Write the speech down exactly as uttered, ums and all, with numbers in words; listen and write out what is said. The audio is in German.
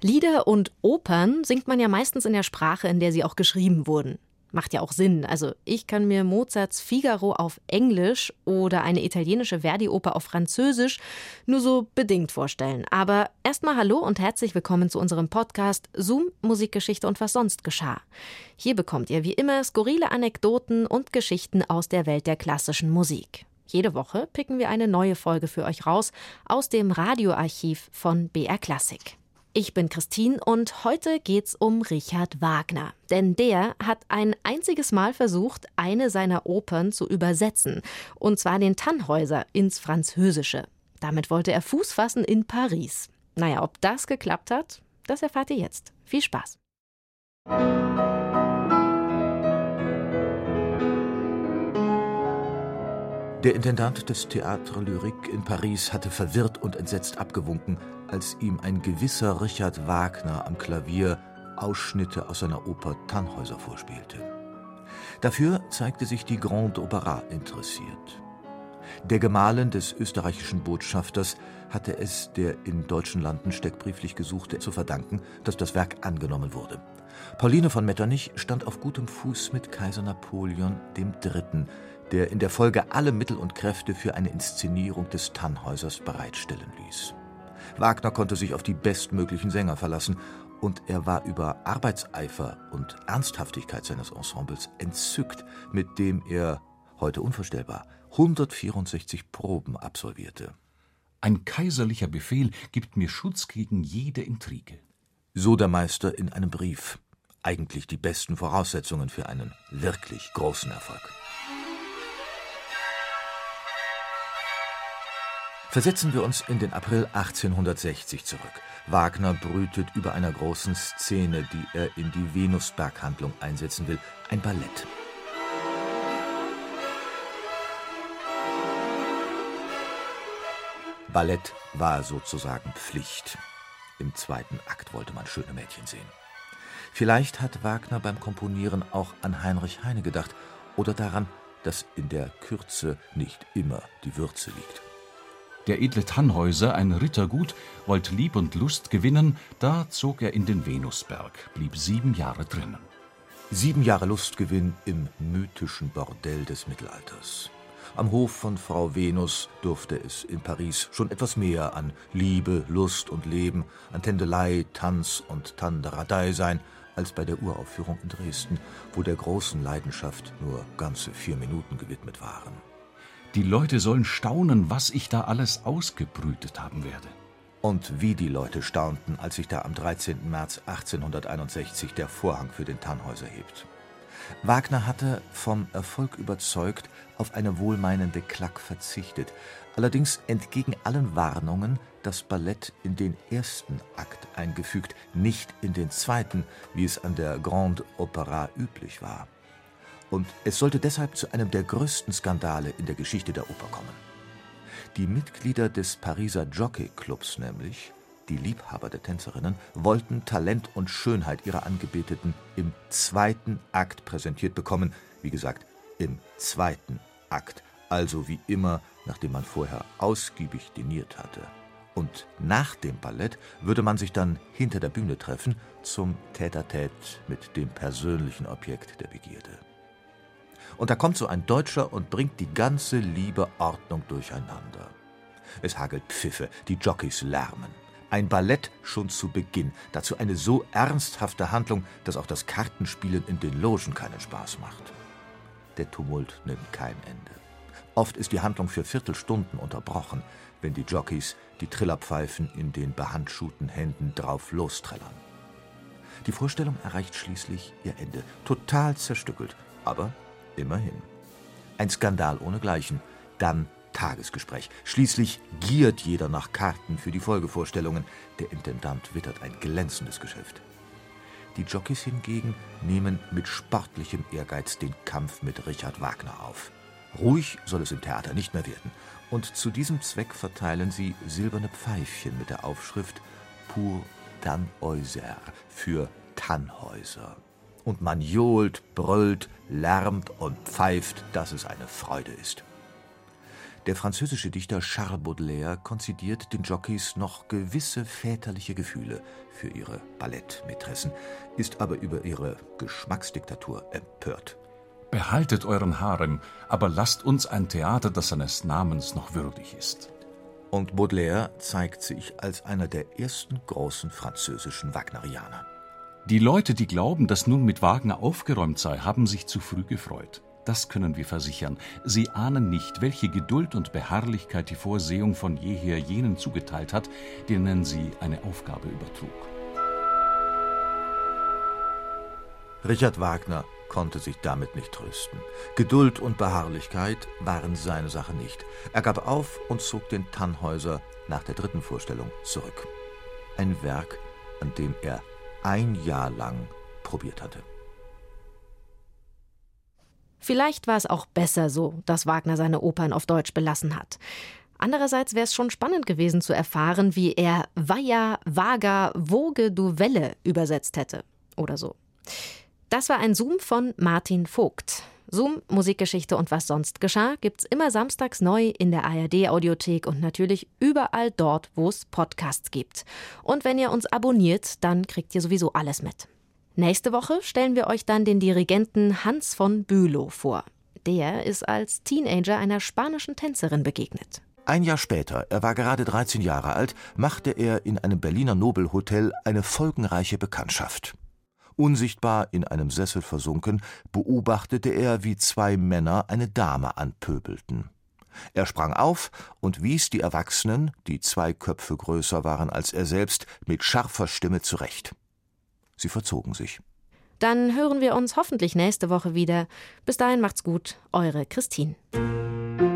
Lieder und Opern singt man ja meistens in der Sprache, in der sie auch geschrieben wurden. Macht ja auch Sinn. Also ich kann mir Mozarts Figaro auf Englisch oder eine italienische Verdi-Oper auf Französisch nur so bedingt vorstellen. Aber erstmal hallo und herzlich willkommen zu unserem Podcast Zoom, Musikgeschichte und was sonst geschah. Hier bekommt ihr wie immer skurrile Anekdoten und Geschichten aus der Welt der klassischen Musik. Jede Woche picken wir eine neue Folge für euch raus aus dem Radioarchiv von B R Klassik. Ich bin Christine und heute geht's um Richard Wagner. Denn der hat ein einziges Mal versucht, eine seiner Opern zu übersetzen. Und zwar den Tannhäuser ins Französische. Damit wollte er Fuß fassen in Paris. Naja, ob das geklappt hat, das erfahrt ihr jetzt. Viel Spaß! Der Intendant des Théâtre Lyrique in Paris hatte verwirrt und entsetzt abgewunken, als ihm ein gewisser Richard Wagner am Klavier Ausschnitte aus seiner Oper Tannhäuser vorspielte. Dafür zeigte sich die Grande Opéra interessiert. Der Gemahlin des österreichischen Botschafters hatte es der in deutschen Landen steckbrieflich Gesuchte zu verdanken, dass das Werk angenommen wurde. Pauline von Metternich stand auf gutem Fuß mit Kaiser Napoleon dem Dritten, der in der Folge alle Mittel und Kräfte für eine Inszenierung des Tannhäusers bereitstellen ließ. Wagner konnte sich auf die bestmöglichen Sänger verlassen und er war über Arbeitseifer und Ernsthaftigkeit seines Ensembles entzückt, mit dem er, heute unvorstellbar, hundertvierundsechzig Proben absolvierte. Ein kaiserlicher Befehl gibt mir Schutz gegen jede Intrige. So der Meister in einem Brief. Eigentlich die besten Voraussetzungen für einen wirklich großen Erfolg. Versetzen wir uns in den April achtzehnhundertsechzig zurück. Wagner brütet über einer großen Szene, die er in die Venusberghandlung einsetzen will, ein Ballett. Ballett war sozusagen Pflicht. Im zweiten Akt wollte man schöne Mädchen sehen. Vielleicht hat Wagner beim Komponieren auch an Heinrich Heine gedacht oder daran, dass in der Kürze nicht immer die Würze liegt. Der edle Tannhäuser, ein Rittergut, wollte Lieb und Lust gewinnen, da zog er in den Venusberg, blieb sieben Jahre drinnen. Sieben Jahre Lustgewinn im mythischen Bordell des Mittelalters. Am Hof von Frau Venus durfte es in Paris schon etwas mehr an Liebe, Lust und Leben, an Tändelei, Tanz und Tanderadei sein, als bei der Uraufführung in Dresden, wo der großen Leidenschaft nur ganze vier Minuten gewidmet waren. Die Leute sollen staunen, was ich da alles ausgebrütet haben werde. Und wie die Leute staunten, als sich da am dreizehnten März achtzehnhunderteinundsechzig der Vorhang für den Tannhäuser hebt. Wagner hatte, vom Erfolg überzeugt, auf eine wohlmeinende Klack verzichtet, allerdings entgegen allen Warnungen das Ballett in den ersten Akt eingefügt, nicht in den zweiten, wie es an der Grande Opéra üblich war. Und es sollte deshalb zu einem der größten Skandale in der Geschichte der Oper kommen. Die Mitglieder des Pariser Jockey-Clubs nämlich, die Liebhaber der Tänzerinnen, wollten Talent und Schönheit ihrer Angebeteten im zweiten Akt präsentiert bekommen. Wie gesagt, im zweiten Akt, also wie immer, nachdem man vorher ausgiebig diniert hatte. Und nach dem Ballett würde man sich dann hinter der Bühne treffen zum Tête-à-Tête mit dem persönlichen Objekt der Begierde. Und da kommt so ein Deutscher und bringt die ganze liebe Ordnung durcheinander. Es hagelt Pfiffe, die Jockeys lärmen. Ein Ballett schon zu Beginn, dazu eine so ernsthafte Handlung, dass auch das Kartenspielen in den Logen keinen Spaß macht. Der Tumult nimmt kein Ende. Oft ist die Handlung für Viertelstunden unterbrochen, wenn die Jockeys die Trillerpfeifen in den behandschuhten Händen drauf losträllern. Die Vorstellung erreicht schließlich ihr Ende, total zerstückelt, aber immerhin. Ein Skandal ohnegleichen, dann Tagesgespräch. Schließlich giert jeder nach Karten für die Folgevorstellungen. Der Intendant wittert ein glänzendes Geschäft. Die Jockeys hingegen nehmen mit sportlichem Ehrgeiz den Kampf mit Richard Wagner auf. Ruhig soll es im Theater nicht mehr werden. Und zu diesem Zweck verteilen sie silberne Pfeifchen mit der Aufschrift Pour Tannhäuser, für Tannhäuser. Und man johlt, brüllt, lärmt und pfeift, dass es eine Freude ist. Der französische Dichter Charles Baudelaire konzidiert den Jockeys noch gewisse väterliche Gefühle für ihre Ballettmätressen, ist aber über ihre Geschmacksdiktatur empört. Behaltet euren Harem, aber lasst uns ein Theater, das seines Namens noch würdig ist. Und Baudelaire zeigt sich als einer der ersten großen französischen Wagnerianer. Die Leute, die glauben, dass nun mit Wagner aufgeräumt sei, haben sich zu früh gefreut. Das können wir versichern. Sie ahnen nicht, welche Geduld und Beharrlichkeit die Vorsehung von jeher jenen zugeteilt hat, denen sie eine Aufgabe übertrug. Richard Wagner konnte sich damit nicht trösten. Geduld und Beharrlichkeit waren seine Sache nicht. Er gab auf und zog den Tannhäuser nach der dritten Vorstellung zurück. Ein Werk, an dem er ein Jahr lang probiert hatte. Vielleicht war es auch besser so, dass Wagner seine Opern auf Deutsch belassen hat. Andererseits wäre es schon spannend gewesen zu erfahren, wie er Weia, Vaga, Woge, du Welle übersetzt hätte. Oder so. Das war ein Zoom von Martin Vogt. Zoom, Musikgeschichte und was sonst geschah, gibt's immer samstags neu in der A R D-Audiothek und natürlich überall dort, wo es Podcasts gibt. Und wenn ihr uns abonniert, dann kriegt ihr sowieso alles mit. Nächste Woche stellen wir euch dann den Dirigenten Hans von Bülow vor. Der ist als Teenager einer spanischen Tänzerin begegnet. Ein Jahr später, er war gerade dreizehn Jahre alt, machte er in einem Berliner Nobelhotel eine folgenreiche Bekanntschaft. Unsichtbar in einem Sessel versunken, beobachtete er, wie zwei Männer eine Dame anpöbelten. Er sprang auf und wies die Erwachsenen, die zwei Köpfe größer waren als er selbst, mit scharfer Stimme zurecht. Sie verzogen sich. Dann hören wir uns hoffentlich nächste Woche wieder. Bis dahin macht's gut, eure Christine.